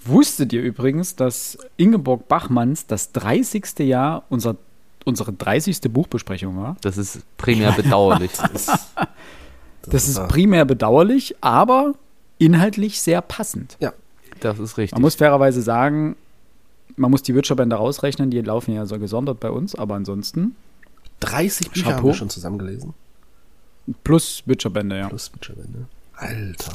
Wusstet ihr übrigens, dass Ingeborg Bachmanns das 30. Jahr unsere 30. Buchbesprechung war? Das ist primär bedauerlich. Das ist primär bedauerlich, aber inhaltlich sehr passend. Ja, das ist richtig. Man muss fairerweise sagen, man muss die Witcher-Bände rausrechnen, die laufen ja so gesondert bei uns, aber ansonsten 30 Bücher haben wir schon zusammengelesen. Plus Witcher-Bände, ja. Plus Witcher-Bände. Alter.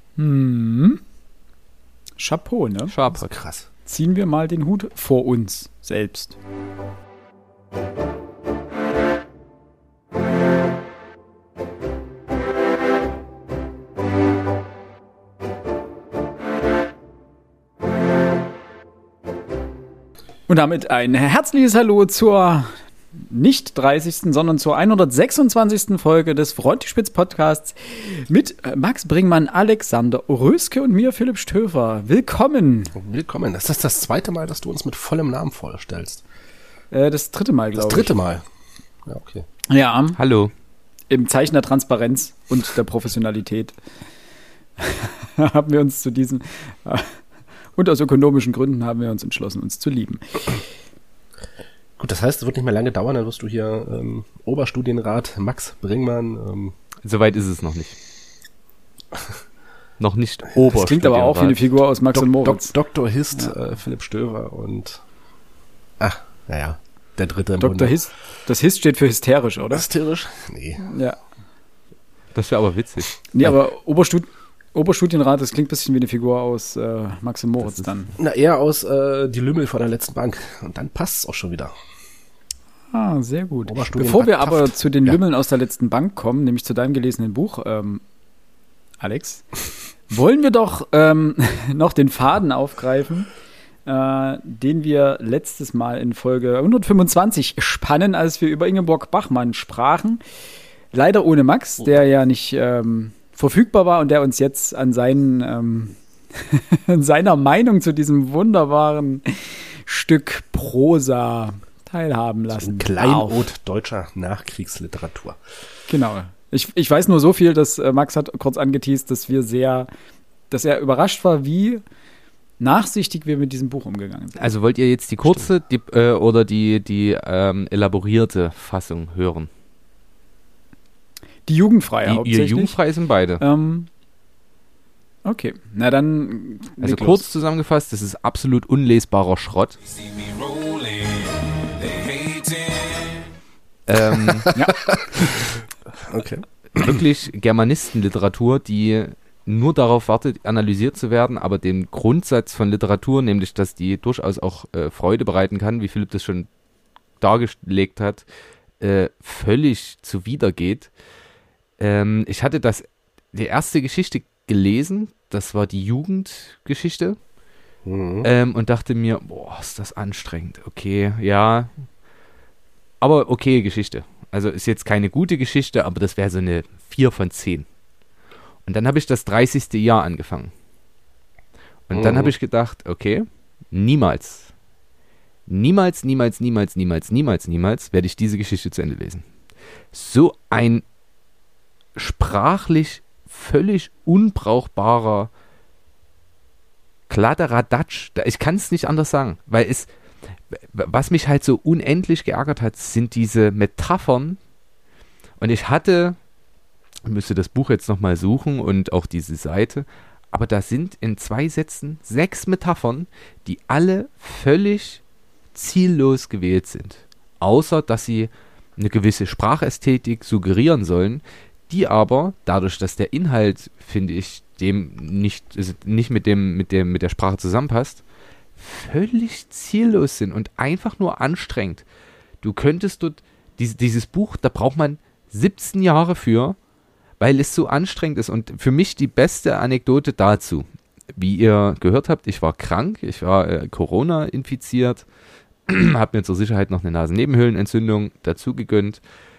Chapeau, ne? Chapeau. Krass. Ziehen wir mal den Hut vor uns selbst. Und damit ein herzliches Hallo zur nicht 30., sondern zur 126. Folge des Frontispitz-Podcasts mit Max Bringmann, Alexander Röske und mir, Philipp Stöfer. Willkommen. Willkommen. Das ist das zweite Mal, dass du uns mit vollem Namen vorstellst. Das dritte Mal, glaube ich. Das dritte Mal? Ja, okay. Ja. Hallo. Im Zeichen der Transparenz und der Professionalität haben wir uns zu diesem... Und aus ökonomischen Gründen haben wir uns entschlossen, uns zu lieben. Gut, das heißt, es wird nicht mehr lange dauern, dann wirst du hier Oberstudienrat Max Bringmann. Soweit ist es noch nicht. Noch nicht Oberstudienrat. Das klingt aber auch wie eine Figur aus Max und Moritz. Dr. Hist, Philipp Stöver und der dritte im Dr. Bunde. Hist. Das Hist steht für hysterisch, oder? Hysterisch? Nee. Ja. Das wäre aber witzig. Nee, aber Oberstudienrat, das klingt ein bisschen wie eine Figur aus Max und Moritz dann. Na, eher aus Die Lümmel von der letzten Bank. Und dann passt es auch schon wieder. Ah, sehr gut. Oberstudienrat Bevor wir aber Taft. zu den Lümmeln aus der letzten Bank kommen, nämlich zu deinem gelesenen Buch, Alex, wollen wir doch noch den Faden aufgreifen, den wir letztes Mal in Folge 125 spannen, als wir über Ingeborg Bachmann sprachen. Leider ohne Max, der ja nicht verfügbar war und der uns jetzt an seinen, seiner Meinung zu diesem wunderbaren Stück Prosa teilhaben lassen. Ein Kleinod deutscher Nachkriegsliteratur. Genau. Ich weiß nur so viel, dass Max hat kurz angeteast, dass er überrascht war, wie nachsichtig wir mit diesem Buch umgegangen sind. Also wollt ihr jetzt die kurze oder die elaborierte Fassung hören? Die jugendfreie hauptsächlich. Die jugendfrei sind beide. Okay, na dann. Also kurz zusammengefasst, das ist absolut unlesbarer Schrott. Ja. Okay. Wirklich Germanistenliteratur, die nur darauf wartet, analysiert zu werden, aber den Grundsatz von Literatur, nämlich, dass die durchaus auch Freude bereiten kann, wie Philipp das schon dargelegt hat, völlig zuwidergeht. Ich hatte die erste Geschichte gelesen, das war die Jugendgeschichte, und dachte mir, boah, ist das anstrengend. Okay, ja, aber okay Geschichte. Also ist jetzt keine gute Geschichte, aber das wäre so eine 4 von 10. Und dann habe ich das 30. Jahr angefangen. Und dann habe ich gedacht, okay, niemals werde ich diese Geschichte zu Ende lesen. So ein sprachlich völlig unbrauchbarer Kladderadatsch. Ich kann es nicht anders sagen, weil was mich halt so unendlich geärgert hat, sind diese Metaphern. Und ich müsste das Buch jetzt nochmal suchen und auch diese Seite, aber da sind in 2 Sätzen 6 Metaphern, die alle völlig ziellos gewählt sind. Außer, dass sie eine gewisse Sprachästhetik suggerieren sollen, die aber, dadurch, dass der Inhalt, finde ich, dem nicht mit der Sprache zusammenpasst, völlig ziellos sind und einfach nur anstrengend. Du könntest dort, dieses Buch, da braucht man 17 Jahre für, weil es so anstrengend ist. Und für mich die beste Anekdote dazu, wie ihr gehört habt, ich war krank, ich war Corona infiziert, habe mir zur Sicherheit noch eine Nasennebenhöhlenentzündung dazu gegönnt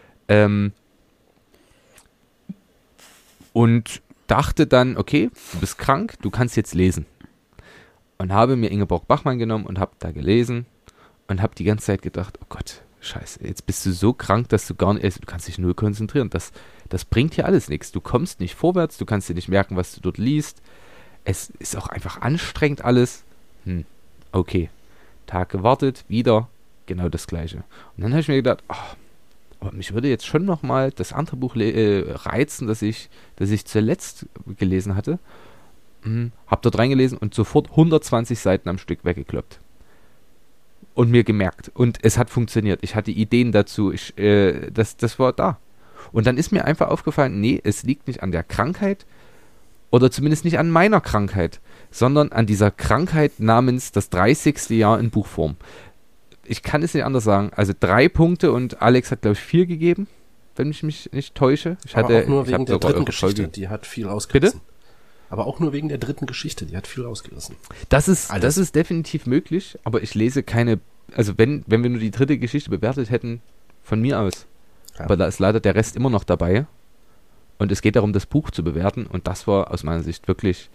und dachte dann, okay, du bist krank, du kannst jetzt lesen. Und habe mir Ingeborg Bachmann genommen und habe da gelesen und habe die ganze Zeit gedacht, oh Gott, scheiße, jetzt bist du so krank, dass du gar nicht, du kannst dich nur konzentrieren. Das bringt hier alles nichts. Du kommst nicht vorwärts, du kannst dir nicht merken, was du dort liest. Es ist auch einfach anstrengend alles. Okay. Tag gewartet, wieder genau das Gleiche. Und dann habe ich mir gedacht, aber mich würde jetzt schon nochmal das andere Buch reizen, das ich zuletzt gelesen hatte. Hab dort reingelesen und sofort 120 Seiten am Stück weggekloppt. Und mir gemerkt. Und es hat funktioniert. Ich hatte Ideen dazu. Das war da. Und dann ist mir einfach aufgefallen, nee, es liegt nicht an der Krankheit oder zumindest nicht an meiner Krankheit, sondern an dieser Krankheit namens das 30. Jahr in Buchform. Ich kann es nicht anders sagen. Also 3 Punkte und Alex hat, glaube ich, 4 gegeben, wenn ich mich nicht täusche. Aber auch nur wegen der dritten Geschichte, die hat viel rausgerissen. Bitte? Aber auch nur wegen der dritten Geschichte, die hat viel rausgerissen. Das ist definitiv möglich, aber ich lese keine, also wenn wir nur die dritte Geschichte bewertet hätten, von mir aus. Ja. Aber da ist leider der Rest immer noch dabei. Und es geht darum, das Buch zu bewerten. Und das war aus meiner Sicht wirklich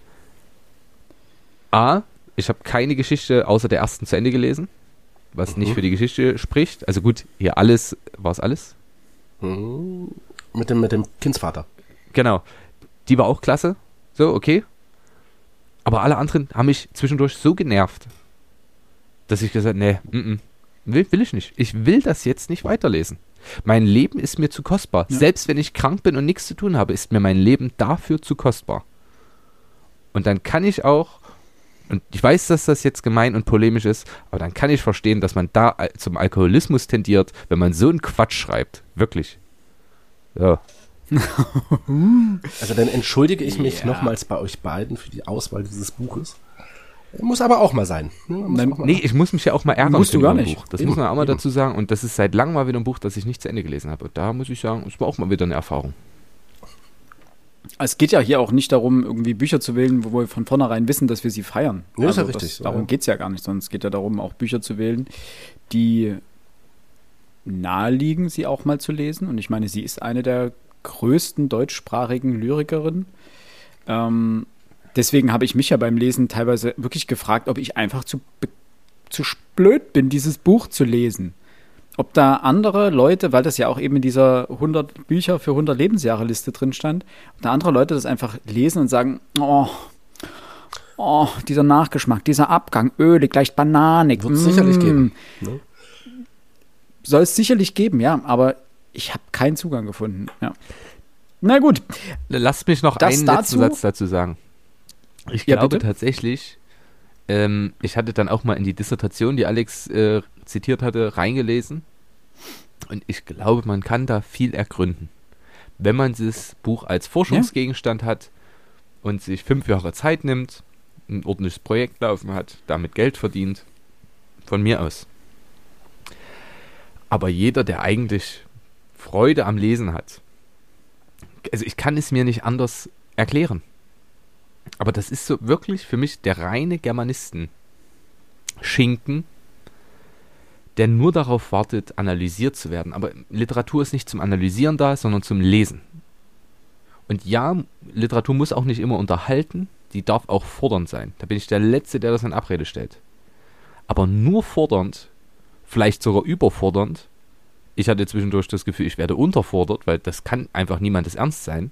ich habe keine Geschichte außer der ersten zu Ende gelesen, was nicht für die Geschichte spricht. Also gut, hier war es alles? Mit dem Kindsvater. Genau. Die war auch klasse. So, okay. Aber alle anderen haben mich zwischendurch so genervt, dass ich gesagt habe, nee, will ich nicht. Ich will das jetzt nicht weiterlesen. Mein Leben ist mir zu kostbar. Ja. Selbst wenn ich krank bin und nichts zu tun habe, ist mir mein Leben dafür zu kostbar. Und dann kann ich auch, und ich weiß, dass das jetzt gemein und polemisch ist, aber dann kann ich verstehen, dass man da zum Alkoholismus tendiert, wenn man so einen Quatsch schreibt. Wirklich. Ja. Also dann entschuldige ich mich nochmals bei euch beiden für die Auswahl dieses Buches. Muss aber auch mal sein. Ich muss mich ja auch mal ärgern. Musst du gar nicht. Buch. Das muss man auch mal dazu sagen. Und das ist seit langem mal wieder ein Buch, das ich nicht zu Ende gelesen habe. Und da muss ich sagen, es war auch mal wieder eine Erfahrung. Es geht ja hier auch nicht darum, irgendwie Bücher zu wählen, wo wir von vornherein wissen, dass wir sie feiern. Ja, also ist ja richtig. Darum geht es ja gar nicht, sondern es geht ja darum, auch Bücher zu wählen, die naheliegen, sie auch mal zu lesen. Und ich meine, sie ist eine der größten deutschsprachigen Lyrikerinnen. Deswegen habe ich mich ja beim Lesen teilweise wirklich gefragt, ob ich einfach zu blöd bin, dieses Buch zu lesen. Ob da andere Leute, weil das ja auch eben in dieser 100 Bücher für 100 Lebensjahre Liste drin stand, ob da andere Leute das einfach lesen und sagen, dieser Nachgeschmack, dieser Abgang, ölig, leicht bananig. Wird es sicherlich geben. Ne? Soll es sicherlich geben, ja, aber ich habe keinen Zugang gefunden. Ja. Na gut. Lasst mich noch einen letzten Satz dazu sagen. Ich glaube tatsächlich, ich hatte dann auch mal in die Dissertation, die Alex zitiert hatte, reingelesen. Und ich glaube, man kann da viel ergründen. Wenn man das Buch als Forschungsgegenstand hat und sich 5 Jahre Zeit nimmt, ein ordentliches Projekt laufen hat, damit Geld verdient, von mir aus. Aber jeder, der eigentlich Freude am Lesen hat, also ich kann es mir nicht anders erklären. Aber das ist so wirklich für mich der reine Germanisten-Schinken, der nur darauf wartet, analysiert zu werden. Aber Literatur ist nicht zum Analysieren da, sondern zum Lesen. Und ja, Literatur muss auch nicht immer unterhalten, die darf auch fordernd sein. Da bin ich der Letzte, der das in Abrede stellt. Aber nur fordernd, vielleicht sogar überfordernd, ich hatte zwischendurch das Gefühl, ich werde unterfordert, weil das kann einfach niemandes Ernst sein,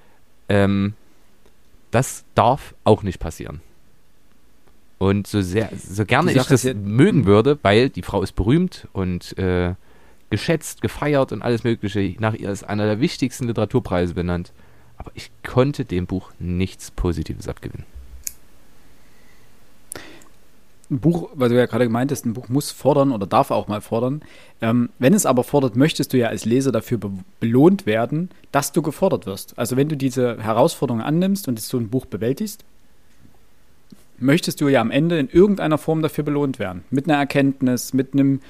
das darf auch nicht passieren. Und so gerne ich das mögen würde, weil die Frau ist berühmt und geschätzt, gefeiert und alles Mögliche. Nach ihr ist einer der wichtigsten Literaturpreise benannt. Aber ich konnte dem Buch nichts Positives abgewinnen. Ein Buch, weil du ja gerade gemeint hast, ein Buch muss fordern oder darf auch mal fordern. Wenn es aber fordert, möchtest du ja als Leser dafür belohnt werden, dass du gefordert wirst. Also wenn du diese Herausforderung annimmst und so ein Buch bewältigst, möchtest du ja am Ende in irgendeiner Form dafür belohnt werden. Mit einer Erkenntnis, mit einem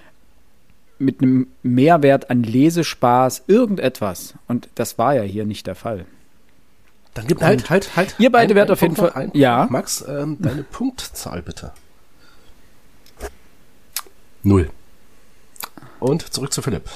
Mehrwert an Lesespaß, irgendetwas. Und das war ja hier nicht der Fall. Dann gib halt. Ihr beide werdet auf jeden Fall. Ja. Max, deine Punktzahl bitte. 0. Und zurück zu Philipp.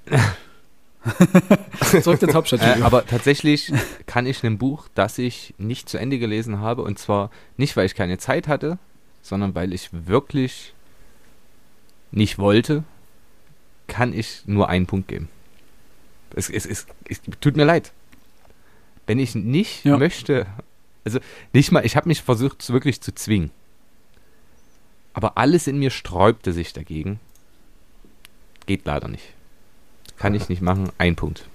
Zurück ins Hauptstadtstudio. Aber tatsächlich kann ich ein Buch, das ich nicht zu Ende gelesen habe, und zwar nicht, weil ich keine Zeit hatte, sondern weil ich wirklich nicht wollte, kann ich nur einen Punkt geben. Es tut mir leid. Wenn ich nicht möchte, also nicht mal, ich habe mich versucht, wirklich zu zwingen. Aber alles in mir sträubte sich dagegen. Geht leider nicht. Kann ich nicht machen. 1 Punkt.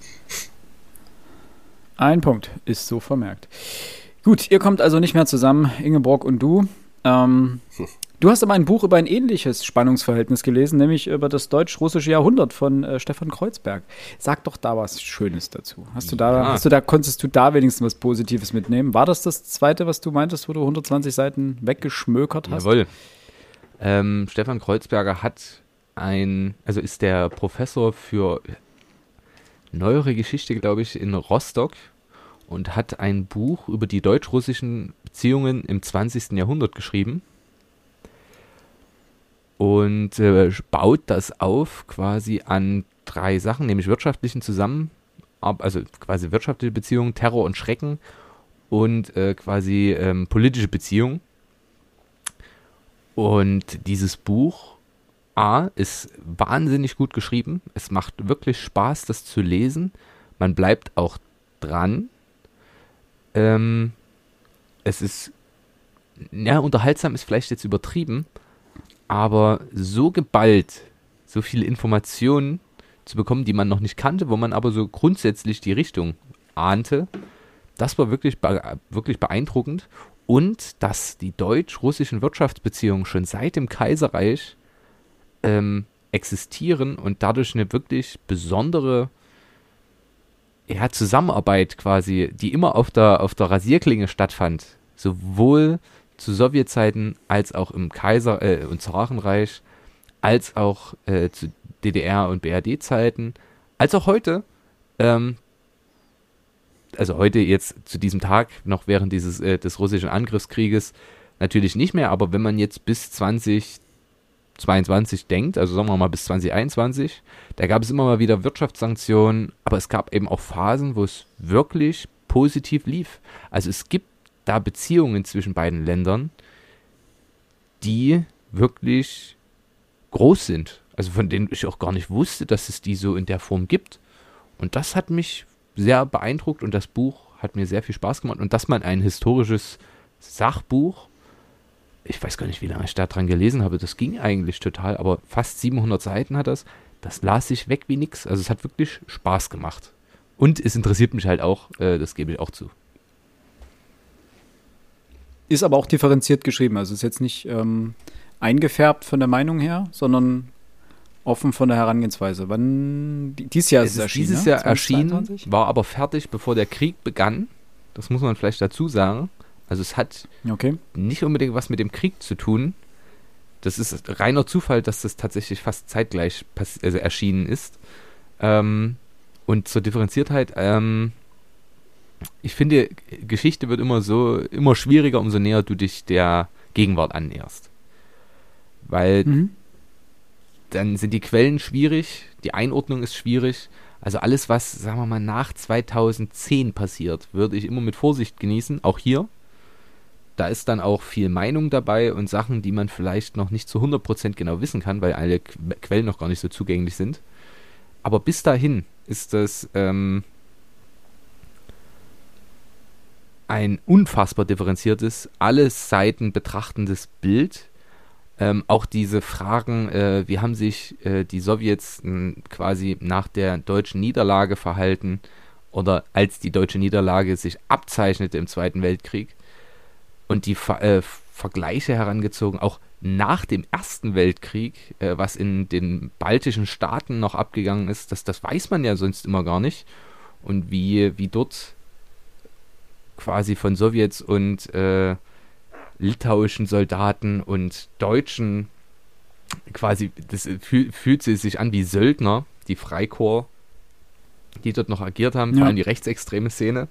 1 Punkt, ist so vermerkt. Gut, ihr kommt also nicht mehr zusammen, Ingeborg und du. Du hast aber ein Buch über ein ähnliches Spannungsverhältnis gelesen, nämlich über das deutsch-russische Jahrhundert von Stefan Kreuzberg. Sag doch da was Schönes dazu. Konntest du da wenigstens was Positives mitnehmen? War das zweite, was du meintest, wo du 120 Seiten weggeschmökert hast? Jawohl. Stefan Kreuzberger ist der Professor für neuere Geschichte, glaube ich, in Rostock und hat ein Buch über die deutsch-russischen Beziehungen im 20. Jahrhundert geschrieben und baut das auf quasi an 3 Sachen, nämlich wirtschaftliche Beziehungen, Terror und Schrecken und politische Beziehungen. Und dieses Buch ist wahnsinnig gut geschrieben. Es macht wirklich Spaß, das zu lesen. Man bleibt auch dran. Es ist, unterhaltsam ist vielleicht jetzt übertrieben, aber so geballt, so viele Informationen zu bekommen, die man noch nicht kannte, wo man aber so grundsätzlich die Richtung ahnte, das war wirklich beeindruckend. Und dass die deutsch-russischen Wirtschaftsbeziehungen schon seit dem Kaiserreich existieren und dadurch eine wirklich besondere Zusammenarbeit quasi, die immer auf der Rasierklinge stattfand, sowohl zu Sowjetzeiten als auch im und Zarenreich, als auch zu DDR- und BRD-Zeiten, als auch heute, also heute jetzt zu diesem Tag, noch während des russischen Angriffskrieges, natürlich nicht mehr, aber wenn man jetzt bis 2022 denkt, also sagen wir mal bis 2021, da gab es immer mal wieder Wirtschaftssanktionen, aber es gab eben auch Phasen, wo es wirklich positiv lief. Also es gibt da Beziehungen zwischen beiden Ländern, die wirklich groß sind. Also von denen ich auch gar nicht wusste, dass es die so in der Form gibt. Und das hat mich sehr beeindruckt und das Buch hat mir sehr viel Spaß gemacht. Und dass man ein historisches Sachbuch, ich weiß gar nicht, wie lange ich da dran gelesen habe, das ging eigentlich total, aber fast 700 Seiten hat das las sich weg wie nix. Also es hat wirklich Spaß gemacht. Und es interessiert mich halt auch, das gebe ich auch zu. Ist aber auch differenziert geschrieben, also ist jetzt nicht eingefärbt von der Meinung her, sondern offen von der Herangehensweise. Dieses Jahr ist es erschienen. Dieses Jahr erschienen, war aber fertig, bevor der Krieg begann. Das muss man vielleicht dazu sagen. Also es hat nicht unbedingt was mit dem Krieg zu tun. Das ist reiner Zufall, dass das tatsächlich fast zeitgleich erschienen ist. Und zur Differenziertheit, ich finde, Geschichte wird immer schwieriger, umso näher du dich der Gegenwart annäherst. Weil dann sind die Quellen schwierig, die Einordnung ist schwierig. Also alles, was, sagen wir mal, nach 2010 passiert, würde ich immer mit Vorsicht genießen, auch hier. Da ist dann auch viel Meinung dabei und Sachen, die man vielleicht noch nicht zu 100% genau wissen kann, weil alle Quellen noch gar nicht so zugänglich sind. Aber bis dahin ist das ein unfassbar differenziertes, alle Seiten betrachtendes Bild. Auch diese Fragen, wie haben sich die Sowjets quasi nach der deutschen Niederlage verhalten oder als die deutsche Niederlage sich abzeichnete im Zweiten Weltkrieg und die Vergleiche herangezogen, auch nach dem Ersten Weltkrieg, was in den baltischen Staaten noch abgegangen ist, das weiß man ja sonst immer gar nicht und wie dort quasi von Sowjets und litauischen Soldaten und Deutschen quasi, das fühlt sich an wie Söldner, die Freikorps, die dort noch agiert haben, vor allem die rechtsextreme Szene.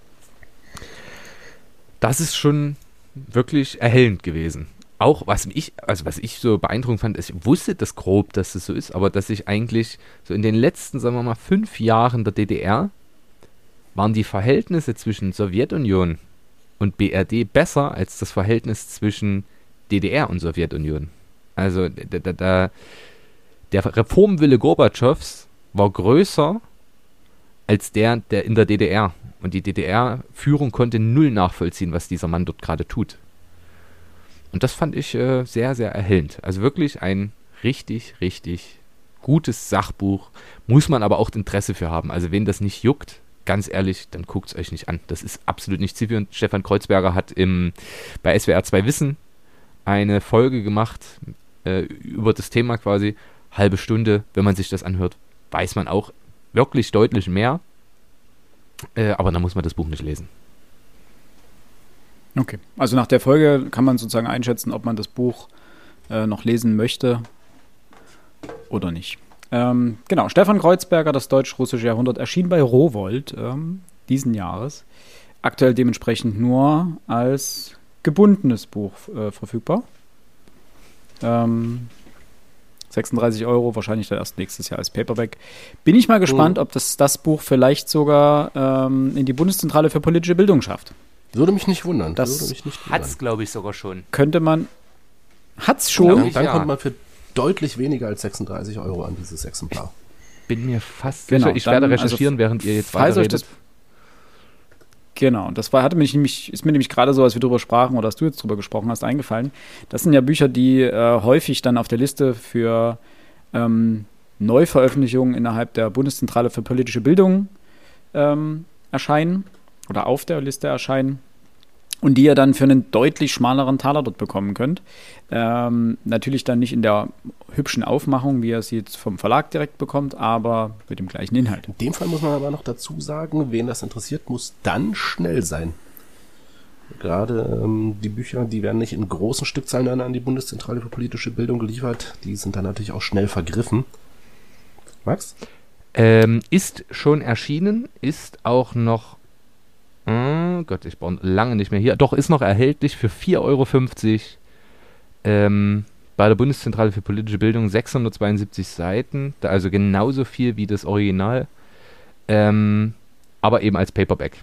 Das ist schon wirklich erhellend gewesen. Auch was ich so beeindruckend fand, ich wusste das grob, dass es so ist, aber dass ich eigentlich so in den letzten, sagen wir mal, 5 Jahren der DDR waren die Verhältnisse zwischen Sowjetunion und BRD besser als das Verhältnis zwischen DDR und Sowjetunion. Also der Reformwille Gorbatschows war größer als der in der DDR. Und die DDR-Führung konnte null nachvollziehen, was dieser Mann dort gerade tut. Und das fand ich sehr, sehr erhellend. Also wirklich ein richtig, richtig gutes Sachbuch. Muss man aber auch Interesse für haben. Also wen das nicht juckt, ganz ehrlich, dann guckt es euch nicht an. Das ist absolut nicht zielführend. Stefan Kreuzberger hat bei SWR 2 Wissen eine Folge gemacht über das Thema quasi. Halbe Stunde, wenn man sich das anhört, weiß man auch wirklich deutlich mehr. Aber dann muss man das Buch nicht lesen. Okay, also nach der Folge kann man sozusagen einschätzen, ob man das Buch noch lesen möchte oder nicht. Genau, Stefan Kreuzberger, das deutsch-russische Jahrhundert, erschien bei Rowohlt diesen Jahres. Aktuell dementsprechend nur als gebundenes Buch verfügbar. 36 €, wahrscheinlich dann erst nächstes Jahr als Paperback. Bin ich mal gespannt, ob das Buch vielleicht sogar in die Bundeszentrale für politische Bildung schafft. Würde mich nicht wundern. Hat's, glaube ich, sogar schon. Könnte man. Hat's schon? Dann kommt man für deutlich weniger als 36 € an dieses Exemplar. Bin mir fast Genau, sicher. Ich werde recherchieren, während ihr jetzt weiterredet. Genau, das ist mir nämlich gerade so, als wir drüber sprachen oder als du jetzt drüber gesprochen hast, eingefallen. Das sind ja Bücher, die häufig dann auf der Liste für Neuveröffentlichungen innerhalb der Bundeszentrale für politische Bildung erscheinen oder auf der Liste erscheinen und die ihr dann für einen deutlich schmaleren Taler dort bekommen könnt. Natürlich dann nicht in der hübschen Aufmachung, wie ihr sie jetzt vom Verlag direkt bekommt, aber mit dem gleichen Inhalt. In dem Fall muss man aber noch dazu sagen, wen das interessiert, muss dann schnell sein. Gerade die Bücher, die werden nicht in großen Stückzahlen dann an die Bundeszentrale für politische Bildung geliefert. Die sind dann natürlich auch schnell vergriffen. Max? Ist schon erschienen, ist auch noch Gott, ich brauche lange nicht mehr hier. Doch, ist noch erhältlich für 4,50 € bei der Bundeszentrale für politische Bildung, 672 Seiten, also genauso viel wie das Original, aber eben als Paperback.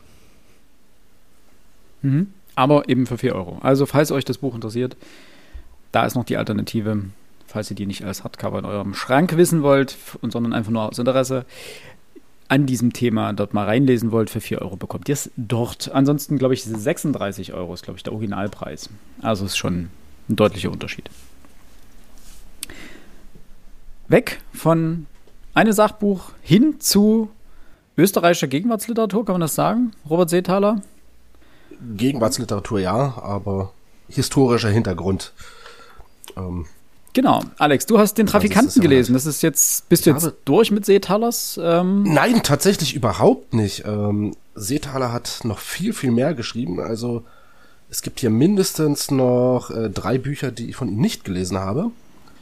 Aber eben für 4 €. Also falls euch das Buch interessiert, da ist noch die Alternative, falls ihr die nicht als Hardcover in eurem Schrank wissen wollt, sondern einfach nur aus Interesse an diesem Thema dort mal reinlesen wollt, für 4 € bekommt ihr es dort. Ansonsten, glaube ich, 36 € ist, glaube ich, der Originalpreis. Also ist schon ein deutlicher Unterschied. Weg von einem Sachbuch hin zu österreichischer Gegenwartsliteratur, kann man das sagen? Robert Seethaler? Gegenwartsliteratur ja, aber historischer Hintergrund. Genau. Alex, du hast den Trafikanten gelesen. Das ist jetzt, bist du jetzt durch mit Seethalers? Nein, tatsächlich überhaupt nicht. Seethaler hat noch viel, viel mehr geschrieben. Also es gibt hier mindestens noch 3 Bücher, die ich von ihm nicht gelesen habe.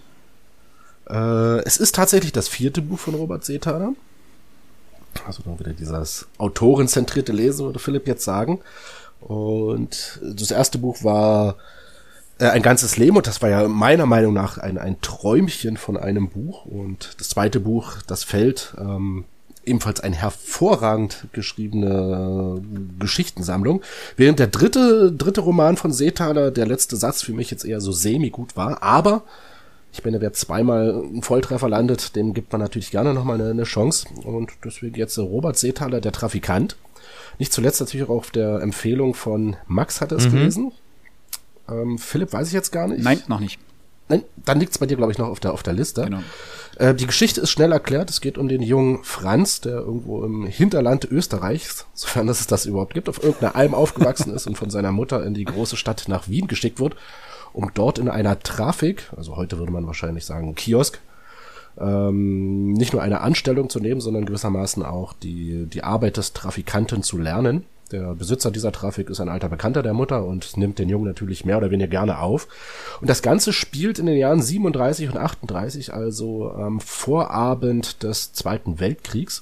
Es ist tatsächlich das 4. Buch von Robert Seethaler. Also dann wieder dieses autorenzentrierte Lesen, würde Philipp jetzt sagen. Und das erste Buch war ein ganzes Leben, und das war ja meiner Meinung nach ein Träumchen von einem Buch. Und das zweite Buch, Das Feld, ebenfalls eine hervorragend geschriebene Geschichtensammlung. Während der dritte Roman von Seethaler, der letzte Satz, für mich jetzt eher so semi-gut war. Aber ich meine, wer zweimal einen Volltreffer landet, dem gibt man natürlich gerne nochmal eine Chance. Und deswegen jetzt Robert Seethaler, der Trafikant. Nicht zuletzt natürlich auch auf der Empfehlung von Max hat er es gelesen. Philipp weiß ich jetzt gar nicht. Nein, noch nicht. Nein, dann liegt es bei dir, glaube ich, noch auf der Liste. Genau. Die Geschichte ist schnell erklärt. Es geht um den jungen Franz, der irgendwo im Hinterland Österreichs, sofern es das überhaupt gibt, auf irgendeiner Alm aufgewachsen ist und von seiner Mutter in die große Stadt nach Wien geschickt wird, um dort in einer Trafik, also heute würde man wahrscheinlich sagen Kiosk, nicht nur eine Anstellung zu nehmen, sondern gewissermaßen auch die Arbeit des Trafikanten zu lernen. Der Besitzer dieser Trafik ist ein alter Bekannter der Mutter und nimmt den Jungen natürlich mehr oder weniger gerne auf. Und das Ganze spielt in den Jahren 37 und 38, also am Vorabend des Zweiten Weltkriegs.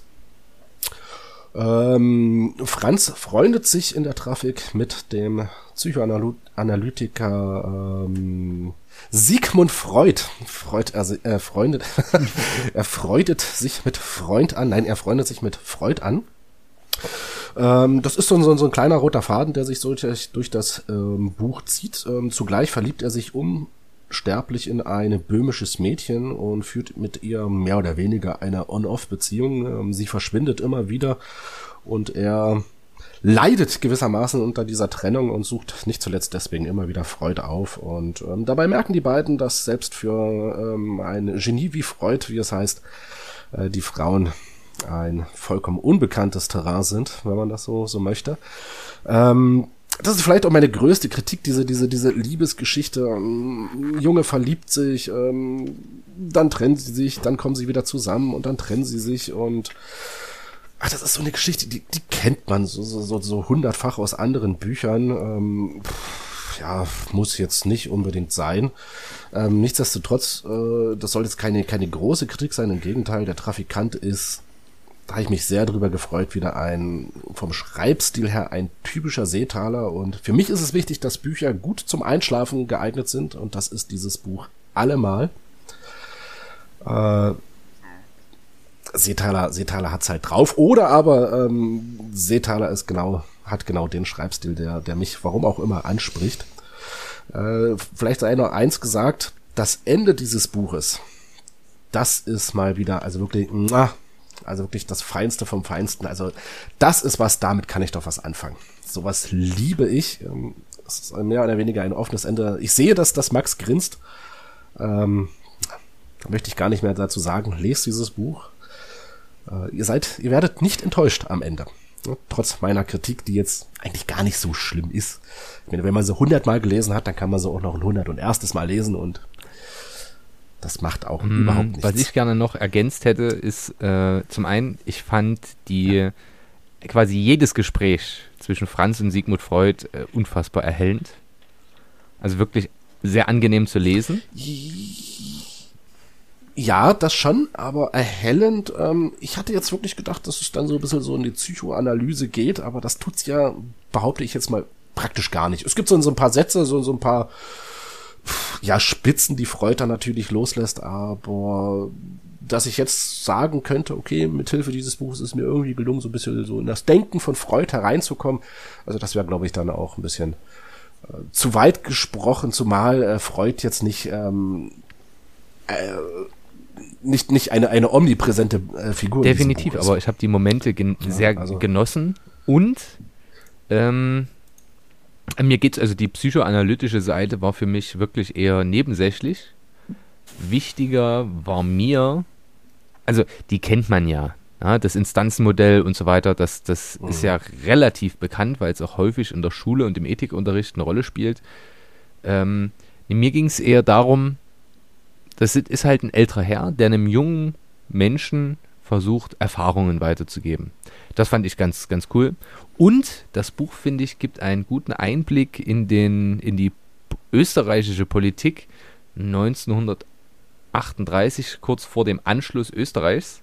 Franz freundet sich in der Trafik mit dem Psychoanalytiker Sigmund Freud. Er freundet sich mit Freund an. Nein, er freundet sich mit Freud an. Das ist so ein kleiner roter Faden, der sich so durch das Buch zieht. Zugleich verliebt er sich unsterblich in ein böhmisches Mädchen und führt mit ihr mehr oder weniger eine On-Off-Beziehung. Sie verschwindet immer wieder und er leidet gewissermaßen unter dieser Trennung und sucht nicht zuletzt deswegen immer wieder Freud auf. Und dabei merken die beiden, dass selbst für ein Genie wie Freud, wie es heißt, die Frauen ein vollkommen unbekanntes Terrain sind, wenn man das so möchte. Das ist vielleicht auch meine größte Kritik, diese Liebesgeschichte. Junge verliebt sich, dann trennen sie sich, dann kommen sie wieder zusammen und dann trennen sie sich und das ist so eine Geschichte, die kennt man so hundertfach aus anderen Büchern. Muss jetzt nicht unbedingt sein. Nichtsdestotrotz, das soll jetzt keine große Kritik sein, im Gegenteil, der Trafikant ist, da habe ich mich sehr drüber gefreut, wieder vom Schreibstil her ein typischer Seetaler, und für mich ist es wichtig, dass Bücher gut zum Einschlafen geeignet sind, und das ist dieses Buch allemal. Seetaler hat's halt drauf, oder aber Seetaler hat genau den Schreibstil, der mich, warum auch immer, anspricht. Vielleicht sei noch eins gesagt, das Ende dieses Buches, das ist mal wieder, also wirklich das Feinste vom Feinsten. Also das ist was, damit kann ich doch was anfangen. Sowas liebe ich. Es ist mehr oder weniger ein offenes Ende. Ich sehe, dass Max grinst. Da möchte ich gar nicht mehr dazu sagen. Lest dieses Buch. Ihr werdet nicht enttäuscht am Ende. Trotz meiner Kritik, die jetzt eigentlich gar nicht so schlimm ist. Ich meine, wenn man sie 100-mal gelesen hat, dann kann man sie auch noch ein 101. Mal lesen, und das macht auch überhaupt nichts. Was ich gerne noch ergänzt hätte, ist zum einen, ich fand quasi jedes Gespräch zwischen Franz und Sigmund Freud unfassbar erhellend. Also wirklich sehr angenehm zu lesen. Ja, das schon, aber erhellend. Ich hatte jetzt wirklich gedacht, dass es dann so ein bisschen so in die Psychoanalyse geht, aber das tut's ja, behaupte ich jetzt mal, praktisch gar nicht. Es gibt so ein paar Sätze, so ein paar Spitzen, die Freud dann natürlich loslässt, aber dass ich jetzt sagen könnte, okay, mithilfe dieses Buches ist mir irgendwie gelungen, so ein bisschen so in das Denken von Freud hereinzukommen, also das wäre, glaube ich, dann auch ein bisschen zu weit gesprochen, zumal Freud jetzt nicht eine omnipräsente Figur ist. Definitiv, aber ich habe die Momente sehr genossen, und mir geht's, also die psychoanalytische Seite war für mich wirklich eher nebensächlich. Wichtiger war mir, also die kennt man ja, das Instanzenmodell und so weiter, das ist ja relativ bekannt, weil es auch häufig in der Schule und im Ethikunterricht eine Rolle spielt. Mir ging es eher darum, das ist halt ein älterer Herr, der einem jungen Menschen versucht, Erfahrungen weiterzugeben. Das fand ich ganz, ganz cool. Und das Buch, finde ich, gibt einen guten Einblick in die österreichische Politik 1938, kurz vor dem Anschluss Österreichs.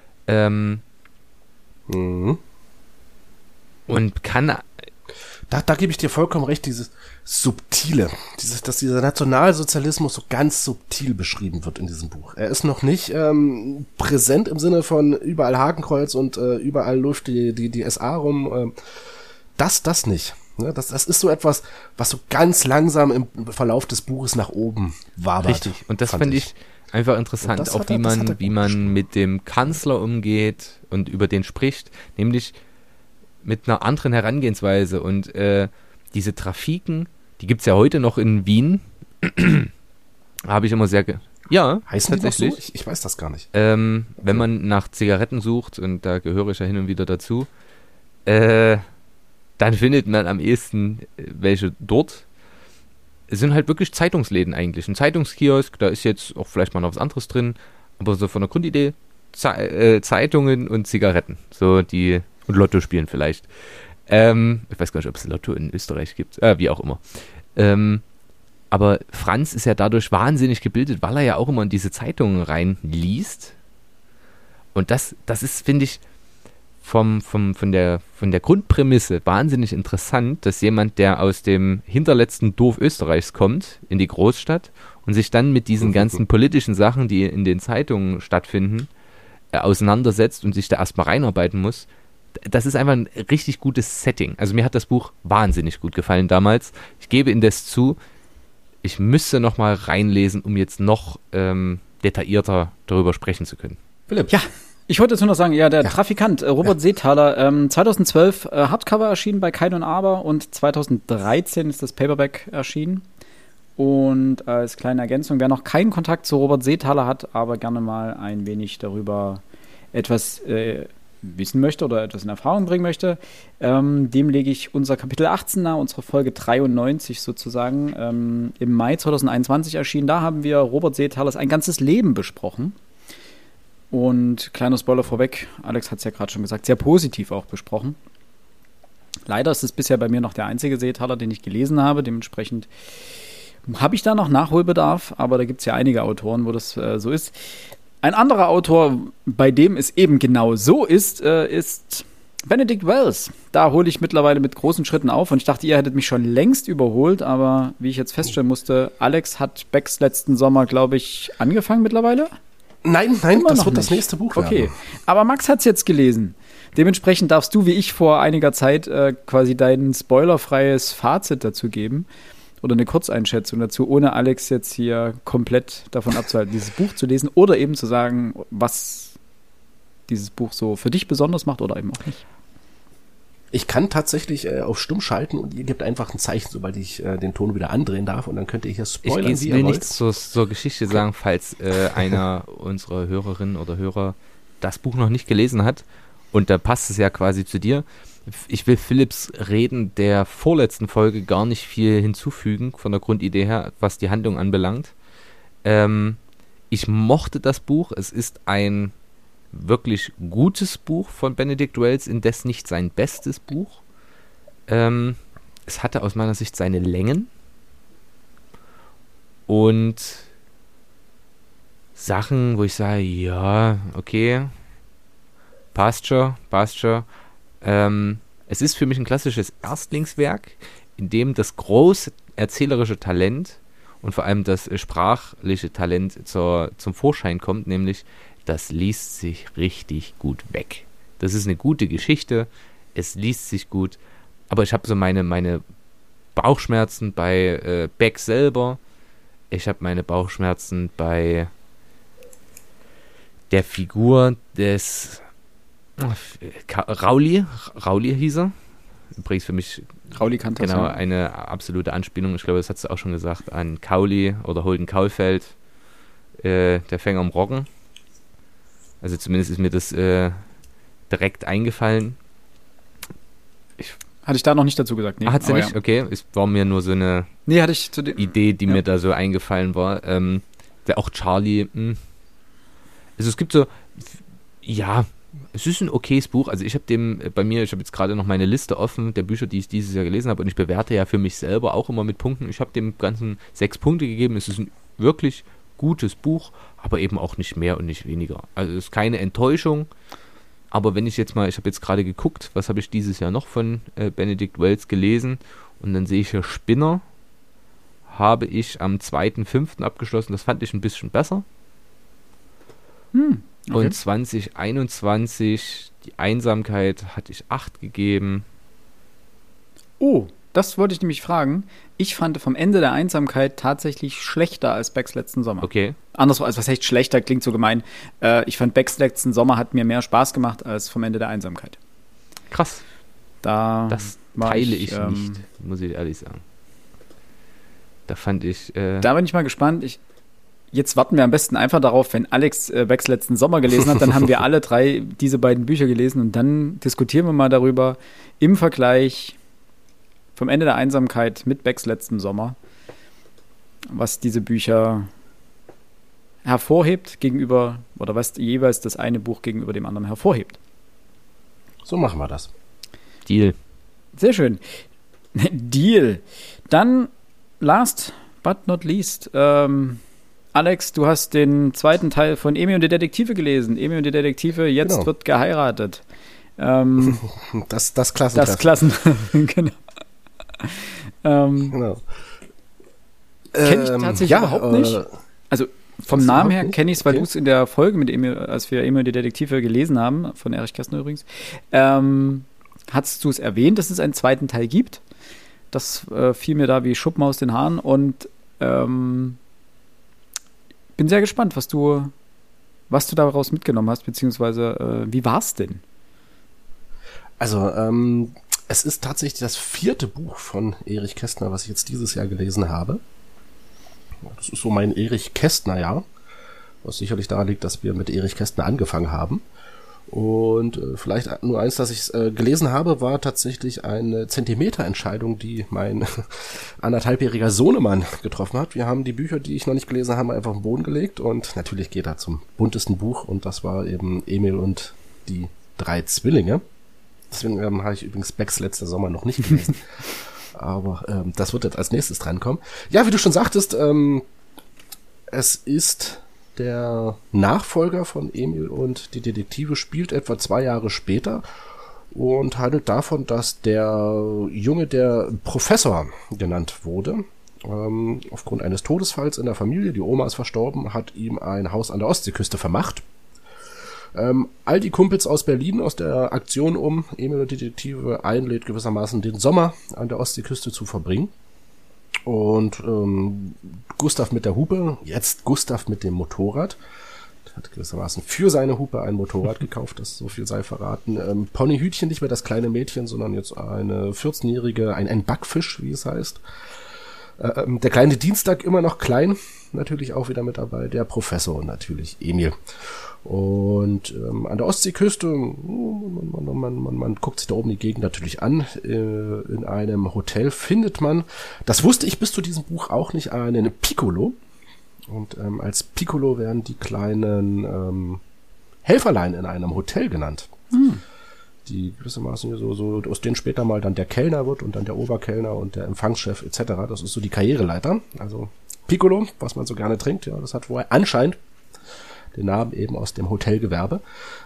Und kann... Da gebe ich dir vollkommen recht, dieses Subtile, dass dieser Nationalsozialismus so ganz subtil beschrieben wird in diesem Buch. Er ist noch nicht präsent im Sinne von überall Hakenkreuz und überall läuft die SA rum. Das nicht. Ne? Das ist so etwas, was so ganz langsam im Verlauf des Buches nach oben wabert. Richtig, und das fand ich einfach interessant, auch wie man mit dem Kanzler umgeht und über den spricht, nämlich mit einer anderen Herangehensweise, und diese Trafiken, die gibt es ja heute noch in Wien, habe ich immer ja, heißen tatsächlich. Die noch so? Ich weiß das gar nicht. Wenn man nach Zigaretten sucht, und da gehöre ich ja hin und wieder dazu, dann findet man am ehesten welche dort. Es sind halt wirklich Zeitungsläden eigentlich. Ein Zeitungskiosk, da ist jetzt auch vielleicht mal noch was anderes drin, aber so von der Grundidee Zeitungen und Zigaretten. Und Lotto spielen vielleicht. Ich weiß gar nicht, ob es Lotto in Österreich gibt. Wie auch immer. Aber Franz ist ja dadurch wahnsinnig gebildet, weil er ja auch immer in diese Zeitungen reinliest. Und das ist, finde ich, von der Grundprämisse wahnsinnig interessant, dass jemand, der aus dem hinterletzten Dorf Österreichs kommt, in die Großstadt und sich dann mit diesen ganzen politischen Sachen, die in den Zeitungen stattfinden, auseinandersetzt und sich da erstmal reinarbeiten muss. Das ist einfach ein richtig gutes Setting. Also mir hat das Buch wahnsinnig gut gefallen damals. Ich gebe indes zu, ich müsste noch mal reinlesen, um jetzt noch detaillierter darüber sprechen zu können. Philipp. Ja, Ich wollte jetzt nur noch sagen, ja, der Trafikant, Robert Seethaler, 2012 Hardcover erschienen bei Kein und Aber und 2013 ist das Paperback erschienen. Und als kleine Ergänzung, wer noch keinen Kontakt zu Robert Seethaler hat, aber gerne mal ein wenig darüber etwas wissen möchte oder etwas in Erfahrung bringen möchte, dem lege ich unser Kapitel 18 nahe, unsere Folge 93 sozusagen, im Mai 2021 erschienen. Da haben wir Robert Seethalers Ein ganzes Leben besprochen. Und kleiner Spoiler vorweg, Alex hat es ja gerade schon gesagt, sehr positiv auch besprochen. Leider ist es bisher bei mir noch der einzige Seethaler, den ich gelesen habe. Dementsprechend habe ich da noch Nachholbedarf, aber da gibt es ja einige Autoren, wo das so ist. Ein anderer Autor, bei dem es eben genau so ist, ist Benedict Wells. Da hole ich mittlerweile mit großen Schritten auf und ich dachte, ihr hättet mich schon längst überholt, aber wie ich jetzt feststellen musste, Alex hat Becks letzten Sommer, glaube ich, angefangen mittlerweile? Nein, das wird das nächste Buch werden. Okay, aber Max hat es jetzt gelesen. Dementsprechend darfst du, wie ich vor einiger Zeit, quasi dein spoilerfreies Fazit dazu geben oder eine Kurzeinschätzung dazu, ohne Alex jetzt hier komplett davon abzuhalten, dieses Buch zu lesen oder eben zu sagen, was dieses Buch so für dich besonders macht oder eben auch nicht. Ich kann tatsächlich auf Stumm schalten und ihr gebt einfach ein Zeichen, sobald ich den Ton wieder andrehen darf und dann könnt ihr hier spoilern, ich will nichts zur Geschichte sagen, falls einer unserer Hörerinnen oder Hörer das Buch noch nicht gelesen hat und da passt es ja quasi zu dir. Ich will Philipps Reden der vorletzten Folge gar nicht viel hinzufügen von der Grundidee her, was die Handlung anbelangt. Ich mochte das Buch, es ist ein wirklich gutes Buch von Benedict Wells, indes nicht sein bestes Buch. Es hatte aus meiner Sicht seine Längen und Sachen, wo ich sage, ja, okay, passt schon. Es ist für mich ein klassisches Erstlingswerk, in dem das große erzählerische Talent und vor allem das sprachliche Talent zum Vorschein kommt, nämlich das liest sich richtig gut weg. Das ist eine gute Geschichte, es liest sich gut, aber ich habe so meine Bauchschmerzen bei Beck selber, ich habe meine Bauchschmerzen bei der Figur des Rowley hieß er. Übrigens für mich Rowley Cantos, genau eine absolute Anspielung, ich glaube, das hat sie auch schon gesagt, an Cowley oder Holden Caulfield, der Fänger im Roggen. Also zumindest ist mir das direkt eingefallen. Hatte ich da noch nicht dazu gesagt? Nee. Hat sie nicht? Ja. Okay, es war mir nur so eine hatte ich zu Idee, die mir da so eingefallen war. Auch Charlie. Also es gibt so, ja, es ist ein okayes Buch. Also ich habe ich habe jetzt gerade noch meine Liste offen der Bücher, die ich dieses Jahr gelesen habe und ich bewerte ja für mich selber auch immer mit Punkten. Ich habe dem Ganzen 6 Punkte gegeben. Es ist ein wirklich gutes Buch, aber eben auch nicht mehr und nicht weniger. Also es ist keine Enttäuschung, aber wenn ich habe jetzt gerade geguckt, was habe ich dieses Jahr noch von Benedict Wells gelesen und dann sehe ich hier Spinner, habe ich am 2.5. abgeschlossen, das fand ich ein bisschen besser. Okay. Und 2021, die Einsamkeit, hatte ich 8 gegeben. Oh, das wollte ich nämlich fragen. Ich fand vom Ende der Einsamkeit tatsächlich schlechter als Becks letzten Sommer. Okay. Andersrum, also was heißt schlechter, klingt so gemein. Ich fand Becks letzten Sommer hat mir mehr Spaß gemacht als vom Ende der Einsamkeit. Krass. Das teile ich nicht, muss ich ehrlich sagen. Da fand ich... Da bin ich mal gespannt. Jetzt warten wir am besten einfach darauf, wenn Alex Becks letzten Sommer gelesen hat, dann haben wir alle 3 diese beiden Bücher gelesen und dann diskutieren wir mal darüber im Vergleich vom Ende der Einsamkeit mit Becks letzten Sommer, was diese Bücher hervorhebt gegenüber, oder was jeweils das eine Buch gegenüber dem anderen hervorhebt. So machen wir das. Deal. Sehr schön. Deal. Dann last but not least, Alex, du hast den 2. Teil von Emil und die Detektive gelesen. Emil und die Detektive, jetzt wird geheiratet. Das Klassentreffen. Das Klassentreffen, genau. Genau. Kenne ich tatsächlich überhaupt nicht. Also vom Namen her kenne ich es, weil du es in der Folge mit Emil, als wir Emil und die Detektive gelesen haben, von Erich Kästner übrigens, hast du es erwähnt, dass es einen 2. Teil gibt. Das fiel mir da wie Schuppen aus den Haaren und bin sehr gespannt, was du was du daraus mitgenommen hast, beziehungsweise wie war es denn? Also, es ist tatsächlich das 4. Buch von Erich Kästner, was ich jetzt dieses Jahr gelesen habe. Das ist so mein Erich Kästner-Jahr, was sicherlich daran liegt, dass wir mit Erich Kästner angefangen haben. Und vielleicht nur eins, das ich gelesen habe, war tatsächlich eine Zentimeterentscheidung, die mein 1,5-jähriger Sohnemann getroffen hat. Wir haben die Bücher, die ich noch nicht gelesen habe, einfach auf den Boden gelegt und natürlich geht er zum buntesten Buch und das war eben Emil und die 3 Zwillinge. Deswegen habe ich übrigens Becks letzter Sommer noch nicht gelesen. Aber das wird jetzt als nächstes drankommen. Ja, wie du schon sagtest, es ist der Nachfolger von Emil und die Detektive, spielt etwa 2 Jahre später und handelt davon, dass der Junge, der Professor genannt wurde, aufgrund eines Todesfalls in der Familie, die Oma ist verstorben, hat ihm ein Haus an der Ostseeküste vermacht. All die Kumpels aus Berlin, aus der Aktion Emil und die Detektive einlädt gewissermaßen den Sommer an der Ostseeküste zu verbringen. Und Gustav mit der Hupe, jetzt Gustav mit dem Motorrad, hat gewissermaßen für seine Hupe ein Motorrad gekauft, das so viel sei verraten. Ponyhütchen, nicht mehr das kleine Mädchen, sondern jetzt eine 14-jährige, ein Backfisch, wie es heißt. Der kleine Dienstag immer noch klein, natürlich auch wieder mit dabei, der Professor und natürlich Emil. Und an der Ostseeküste, man guckt sich da oben die Gegend natürlich an, in einem Hotel findet man, das wusste ich bis zu diesem Buch auch nicht, einen Piccolo. Und als Piccolo werden die kleinen Helferlein in einem Hotel genannt. Die gewissermaßen so aus denen später mal dann der Kellner wird und dann der Oberkellner und der Empfangschef etc. Das ist so die Karriereleiter. Also Piccolo, was man so gerne trinkt, ja, das hat wohl anscheinend den Namen eben aus dem Hotelgewerbe.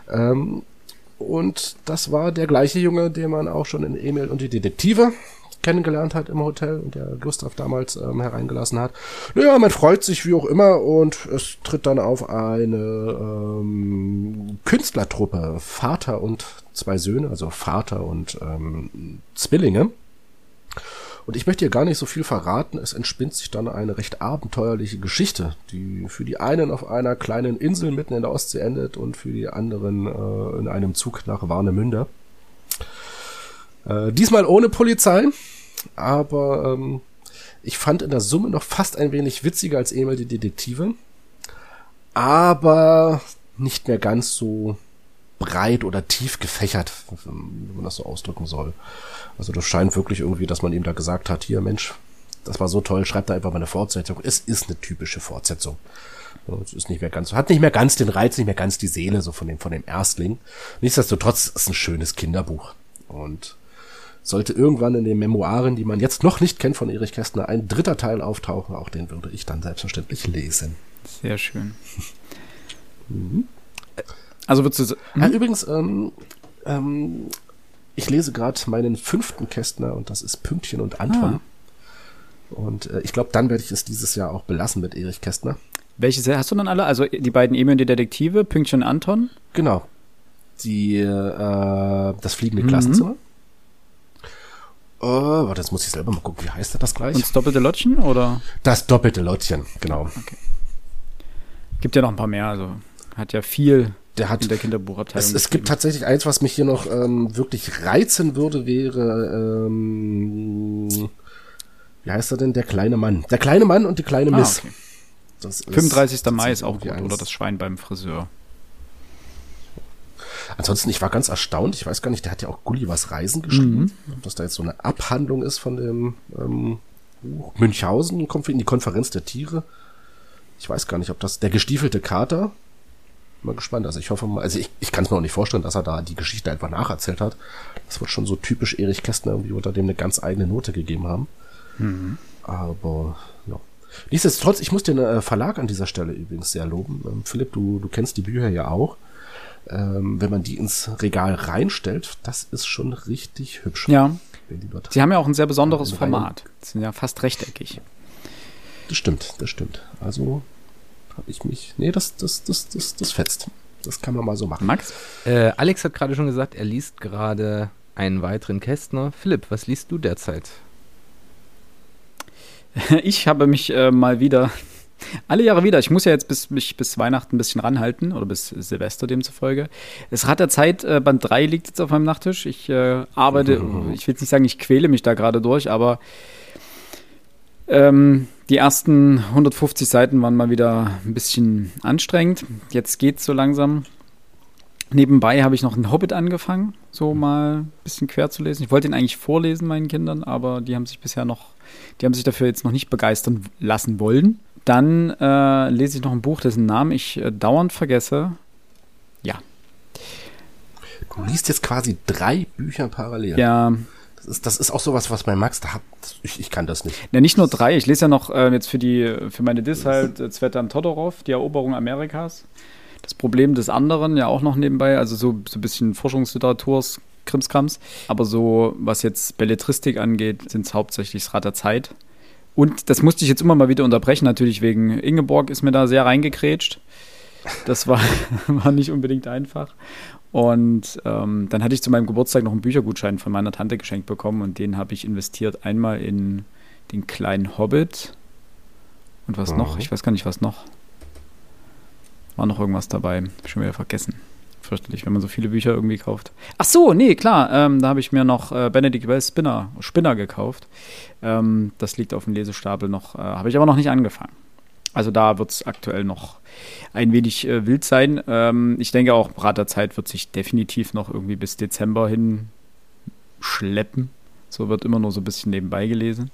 Und das war der gleiche Junge, den man auch schon in Emil und die Detektive kennengelernt hat im Hotel und der Gustav damals hereingelassen hat. Naja, man freut sich wie auch immer und es tritt dann auf eine Künstlertruppe, Vater und 2 Söhne, also Vater und Zwillinge. Und ich möchte hier gar nicht so viel verraten, es entspinnt sich dann eine recht abenteuerliche Geschichte, die für die einen auf einer kleinen Insel mitten in der Ostsee endet und für die anderen in einem Zug nach Warnemünde. Diesmal ohne Polizei, aber ich fand in der Summe noch fast ein wenig witziger als Emil die Detektive, aber nicht mehr ganz so breit oder tief gefächert, wenn man das so ausdrücken soll. Also das scheint wirklich irgendwie, dass man ihm da gesagt hat, hier Mensch, das war so toll, schreib da einfach mal eine Fortsetzung. Es ist eine typische Fortsetzung. Es ist nicht mehr ganz, hat nicht mehr ganz den Reiz, nicht mehr ganz die Seele so von dem Erstling. Nichtsdestotrotz ist es ein schönes Kinderbuch und sollte irgendwann in den Memoiren, die man jetzt noch nicht kennt von Erich Kästner, ein 3. Teil auftauchen, auch den würde ich dann selbstverständlich lesen. Sehr schön. Also würdest du übrigens, ich lese gerade meinen 5. Kästner und das ist Pünktchen und Anton. Und ich glaube, dann werde ich es dieses Jahr auch belassen mit Erich Kästner. Welche hast du dann alle? Also die beiden Emil und die Detektive, Pünktchen und Anton? Genau. Das fliegende Klassenzimmer. Warte, jetzt muss ich selber mal gucken, wie heißt das gleich? Und das doppelte Lottchen, oder? Das doppelte Lottchen, genau. Okay. Gibt ja noch ein paar mehr, also hat ja viel in der Kinderbuchabteilung. Es gibt tatsächlich eins, was mich hier noch wirklich reizen würde, wäre, wie heißt er denn? Der kleine Mann. Der kleine Mann und die kleine Miss. Okay. Das ist 35. Mai ist auch gut, oder das Schwein beim Friseur. Ansonsten, ich war ganz erstaunt, ich weiß gar nicht, der hat ja auch Gullivers Reisen geschrieben, ob das da jetzt so eine Abhandlung ist von dem Buch. Münchhausen kommt in die Konferenz der Tiere. Ich weiß gar nicht, ob das der gestiefelte Kater. Mal gespannt, also ich hoffe mal, also ich kann es mir auch nicht vorstellen, dass er da die Geschichte einfach nacherzählt hat. Das wird schon so typisch Erich Kästner, irgendwie unter dem eine ganz eigene Note gegeben haben. Aber ja. Nichtsdestotrotz, ich muss den Verlag an dieser Stelle übrigens sehr loben. Philipp, du kennst die Bücher ja auch. Wenn man die ins Regal reinstellt, das ist schon richtig hübsch. Ja, sie haben ja auch ein sehr besonderes Format. Sie sind ja fast rechteckig. Das stimmt. Also habe ich mich, das fetzt. Das kann man mal so machen. Max? Alex hat gerade schon gesagt, er liest gerade einen weiteren Kästner. Philipp, was liest du derzeit? Ich habe mich mal wieder Alle Jahre wieder. Ich muss ja jetzt mich bis Weihnachten ein bisschen ranhalten oder bis Silvester demzufolge. Das Rad der Zeit, Band 3 liegt jetzt auf meinem Nachttisch. Ich arbeite, ich will jetzt nicht sagen, ich quäle mich da gerade durch, aber die ersten 150 Seiten waren mal wieder ein bisschen anstrengend. Jetzt geht's so langsam. Nebenbei habe ich noch einen Hobbit angefangen, so mal ein bisschen quer zu lesen. Ich wollte ihn eigentlich vorlesen meinen Kindern, aber die haben sich dafür jetzt noch nicht begeistern lassen wollen. Dann lese ich noch ein Buch, dessen Namen ich dauernd vergesse. Ja. Du liest jetzt quasi 3 Bücher parallel. Ja. Das ist auch sowas, was bei Max da hat. Ich kann das nicht. Ja, nicht nur 3. Ich lese ja noch jetzt für meine Diss halt Tzvetan Todorov, die Eroberung Amerikas. Das Problem des anderen ja auch noch nebenbei, also so ein bisschen Forschungsliteratur, Krimskrams. Aber so, was jetzt Belletristik angeht, sind es hauptsächlich das Rad der Zeit. Und das musste ich jetzt immer mal wieder unterbrechen, natürlich wegen Ingeborg ist mir da sehr reingekrätscht. Das war nicht unbedingt einfach. Und dann hatte ich zu meinem Geburtstag noch einen Büchergutschein von meiner Tante geschenkt bekommen und den habe ich investiert. Einmal in den kleinen Hobbit und was noch? Ich weiß gar nicht, was noch. War noch irgendwas dabei. Schon wieder vergessen. Fürchterlich, wenn man so viele Bücher irgendwie kauft. Ach so, nee, klar. Da habe ich mir noch Benedict Wells Spinner gekauft. Das liegt auf dem Lesestapel noch. Habe ich aber noch nicht angefangen. Also da wird es aktuell noch ein wenig wild sein. Ich denke auch, Rad der Zeit wird sich definitiv noch irgendwie bis Dezember hin schleppen. So wird immer nur so ein bisschen nebenbei gelesen.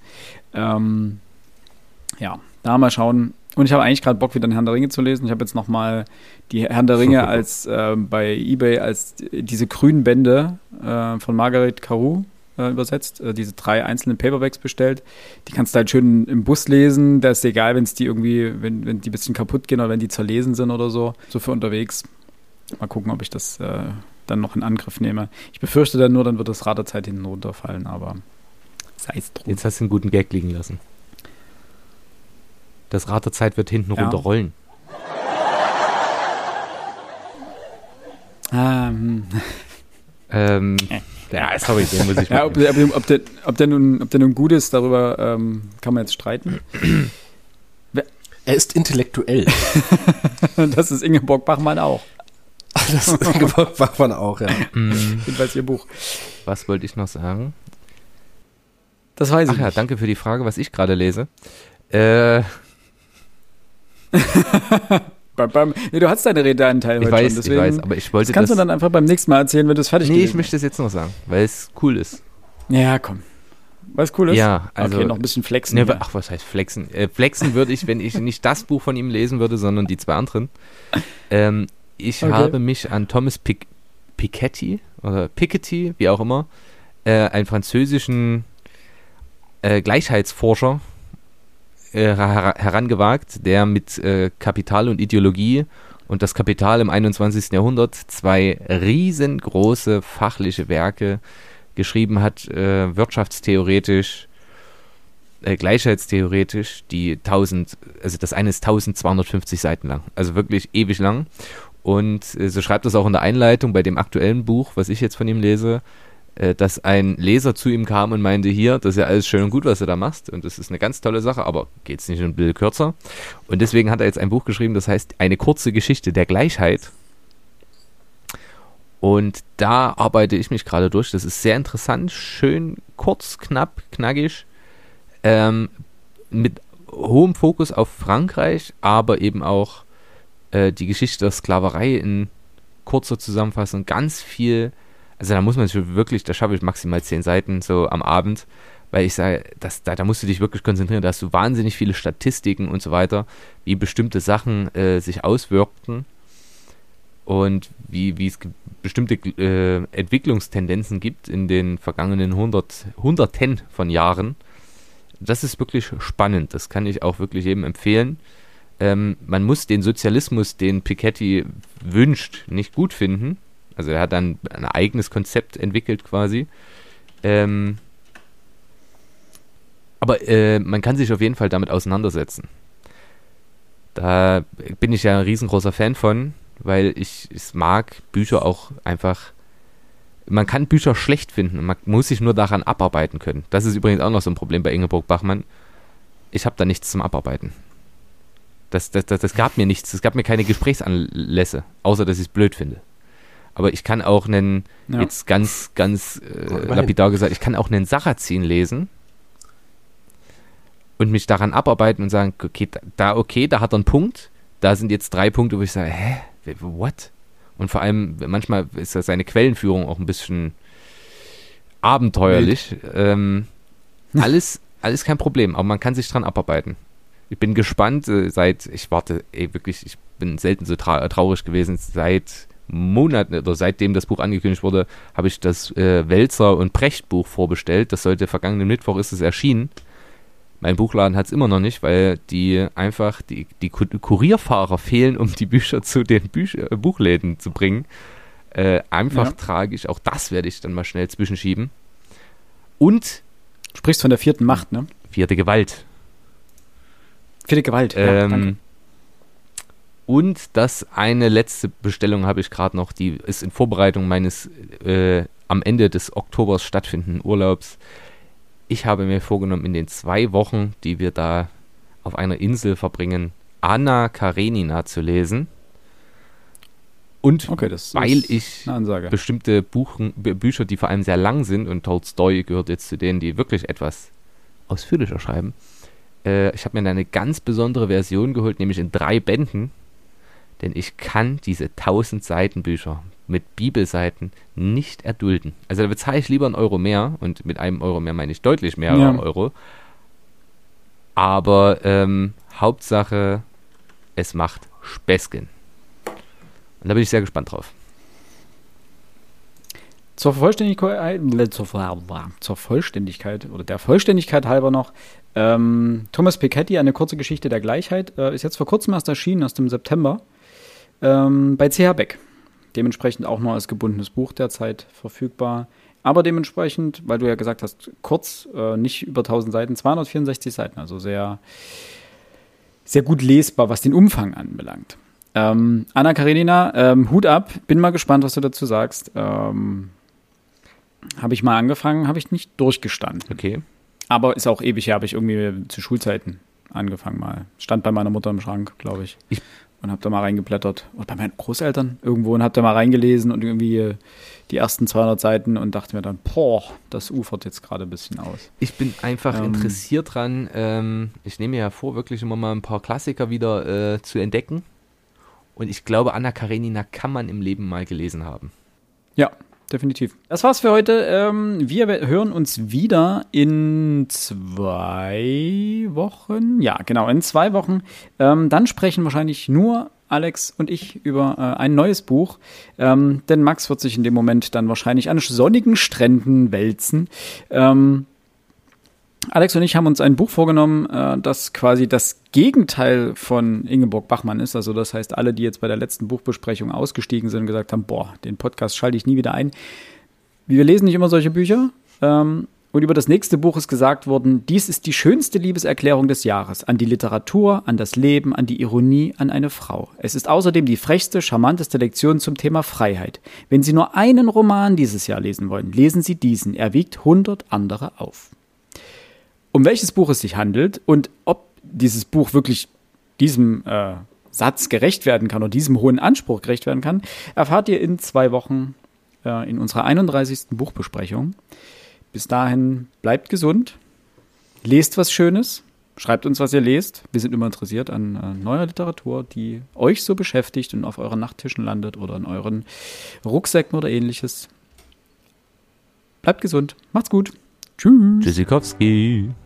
Ja, da mal schauen. Und ich habe eigentlich gerade Bock, wieder den Herrn der Ringe zu lesen. Ich habe jetzt nochmal die Herrn der Ringe als bei eBay als diese grünen Bände von Margaret Carew übersetzt, diese 3 einzelnen Paperbacks bestellt. Die kannst du halt schön im Bus lesen. Da ist egal, wenn es die irgendwie, wenn die ein bisschen kaputt gehen oder wenn die zerlesen sind oder so. So für unterwegs. Mal gucken, ob ich das dann noch in Angriff nehme. Ich befürchte dann nur, dann wird das Rad der Zeit hinten runterfallen, aber sei es drum. Jetzt hast du einen guten Gag liegen lassen. Das Rad der Zeit wird hinten runterrollen. Ja, sorry, den muss ich ja, ob der nun gut ist, darüber kann man jetzt streiten. Er ist intellektuell. Das ist Ingeborg Bachmann auch. Das ist Ingeborg Bachmann auch, ja. Jedenfalls ihr Buch. Was wollte ich noch sagen? Das weiß ich nicht. Ach ja, danke für die Frage, was ich gerade lese. Nee, du hast deinen Redeanteil heute schon. Deswegen, ich weiß, aber ich wollte das kannst du dann einfach beim nächsten Mal erzählen, wenn du es fertig hast. Nee, ich möchte es jetzt noch sagen, weil es cool ist. Ja, komm. Weil es cool ist? Ja, also. Okay, noch ein bisschen flexen. Ne, ach, was heißt flexen? Flexen würde ich, wenn ich nicht das Buch von ihm lesen würde, sondern die 2 anderen. Ich habe mich an Thomas Piketty, wie auch immer, einen französischen Gleichheitsforscher, herangewagt, der mit Kapital und Ideologie und das Kapital im 21. Jahrhundert 2 riesengroße fachliche Werke geschrieben hat, wirtschaftstheoretisch, gleichheitstheoretisch, also das eine ist 1250 Seiten lang, also wirklich ewig lang. Und so schreibt es auch in der Einleitung bei dem aktuellen Buch, was ich jetzt von ihm lese, dass ein Leser zu ihm kam und meinte, hier, das ist ja alles schön und gut, was du da machst und das ist eine ganz tolle Sache, aber geht's nicht ein bisschen kürzer? Und deswegen hat er jetzt ein Buch geschrieben, das heißt Eine kurze Geschichte der Gleichheit. Und da arbeite ich mich gerade durch. Das ist sehr interessant, schön, kurz, knapp, knackig, mit hohem Fokus auf Frankreich, aber eben auch die Geschichte der Sklaverei in kurzer Zusammenfassung, ganz viel. Also da muss man sich wirklich, da schaffe ich maximal 10 Seiten so am Abend, weil ich sage, da musst du dich wirklich konzentrieren, da hast du wahnsinnig viele Statistiken und so weiter, wie bestimmte Sachen sich auswirkten und wie es bestimmte Entwicklungstendenzen gibt in den vergangenen Hunderten von Jahren. Das ist wirklich spannend, das kann ich auch wirklich jedem empfehlen. Man muss den Sozialismus, den Piketty wünscht, nicht gut finden. Also er hat dann ein eigenes Konzept entwickelt quasi. Aber man kann sich auf jeden Fall damit auseinandersetzen. Da bin ich ja ein riesengroßer Fan von, weil ich es mag, Bücher auch einfach. Man kann Bücher schlecht finden und man muss sich nur daran abarbeiten können. Das ist übrigens auch noch so ein Problem bei Ingeborg Bachmann. Ich habe da nichts zum Abarbeiten. Das gab mir nichts, es gab mir keine Gesprächsanlässe, außer dass ich es blöd finde. Aber ich kann auch jetzt ganz lapidar gesagt, ich kann auch einen Sarrazin lesen und mich daran abarbeiten und sagen, okay, da hat er einen Punkt, da sind jetzt 3 Punkte, wo ich sage, what? Und vor allem, manchmal ist das seine Quellenführung auch ein bisschen abenteuerlich. Alles kein Problem, aber man kann sich dran abarbeiten. Ich bin gespannt, ich bin selten so traurig gewesen, seit Monaten oder seitdem das Buch angekündigt wurde, habe ich das Wälzer- und Precht-Buch vorbestellt. Das sollte vergangenen Mittwoch ist es erschienen. Mein Buchladen hat es immer noch nicht, weil die Kurierfahrer fehlen, um die Bücher zu den Buchläden zu bringen. Tragisch. Auch das werde ich dann mal schnell zwischenschieben. Und Du sprichst von der 4. Macht, ne? 4. Gewalt. 4. Gewalt, ja, danke. Und das eine letzte Bestellung habe ich gerade noch, die ist in Vorbereitung meines am Ende des Oktobers stattfindenden Urlaubs. Ich habe mir vorgenommen, in den 2 Wochen, die wir da auf einer Insel verbringen, Anna Karenina zu lesen. Und weil ich bestimmte Bücher, die vor allem sehr lang sind, und Tolstoi gehört jetzt zu denen, die wirklich etwas ausführlicher schreiben, ich habe mir eine ganz besondere Version geholt, nämlich in 3 Bänden, denn ich kann diese 1000 Seiten Bücher mit Bibelseiten nicht erdulden. Also da bezahle ich lieber 1 Euro mehr, und mit einem Euro mehr meine ich deutlich mehr Euro. Aber Hauptsache, es macht Späßchen. Und da bin ich sehr gespannt drauf. Zur Vollständigkeit oder der Vollständigkeit halber noch, Thomas Piketty, eine kurze Geschichte der Gleichheit, ist jetzt vor kurzem erst erschienen, aus dem September, bei CH Beck. Dementsprechend auch nur als gebundenes Buch derzeit verfügbar. Aber dementsprechend, weil du ja gesagt hast, kurz, nicht über 1000 Seiten, 264 Seiten, also sehr, sehr gut lesbar, was den Umfang anbelangt. Anna Karenina, Hut ab, bin mal gespannt, was du dazu sagst. Habe ich mal angefangen, habe ich nicht durchgestanden. Okay. Aber ist auch ewig her, habe ich irgendwie zu Schulzeiten angefangen mal. Stand bei meiner Mutter im Schrank, glaube ich. Und habe da mal reingeblättert. Oder bei meinen Großeltern irgendwo und habe da mal reingelesen und irgendwie die ersten 200 Seiten und dachte mir dann, das ufert jetzt gerade ein bisschen aus. Ich bin einfach interessiert dran. Ich nehme mir ja vor, wirklich immer mal ein paar Klassiker wieder zu entdecken. Und ich glaube, Anna Karenina kann man im Leben mal gelesen haben. Ja, definitiv. Das war's für heute. Wir hören uns wieder in 2 Wochen. Ja, genau, in 2 Wochen. Dann sprechen wahrscheinlich nur Alex und ich über ein neues Buch. Denn Max wird sich in dem Moment dann wahrscheinlich an sonnigen Stränden wälzen. Alex und ich haben uns ein Buch vorgenommen, das quasi das Gegenteil von Ingeborg Bachmann ist. Also das heißt, alle, die jetzt bei der letzten Buchbesprechung ausgestiegen sind und gesagt haben, den Podcast schalte ich nie wieder ein. Wir lesen nicht immer solche Bücher. Und über das nächste Buch ist gesagt worden, dies ist die schönste Liebeserklärung des Jahres. An die Literatur, an das Leben, an die Ironie, an eine Frau. Es ist außerdem die frechste, charmanteste Lektion zum Thema Freiheit. Wenn Sie nur einen Roman dieses Jahr lesen wollen, lesen Sie diesen. Er wiegt 100 andere auf. Um welches Buch es sich handelt und ob dieses Buch wirklich diesem Satz gerecht werden kann oder diesem hohen Anspruch gerecht werden kann, erfahrt ihr in 2 Wochen in unserer 31. Buchbesprechung. Bis dahin bleibt gesund, lest was Schönes, schreibt uns, was ihr lest. Wir sind immer interessiert an neuer Literatur, die euch so beschäftigt und auf euren Nachttischen landet oder in euren Rucksäcken oder ähnliches. Bleibt gesund, macht's gut. Tschüss. Tschüssikowski.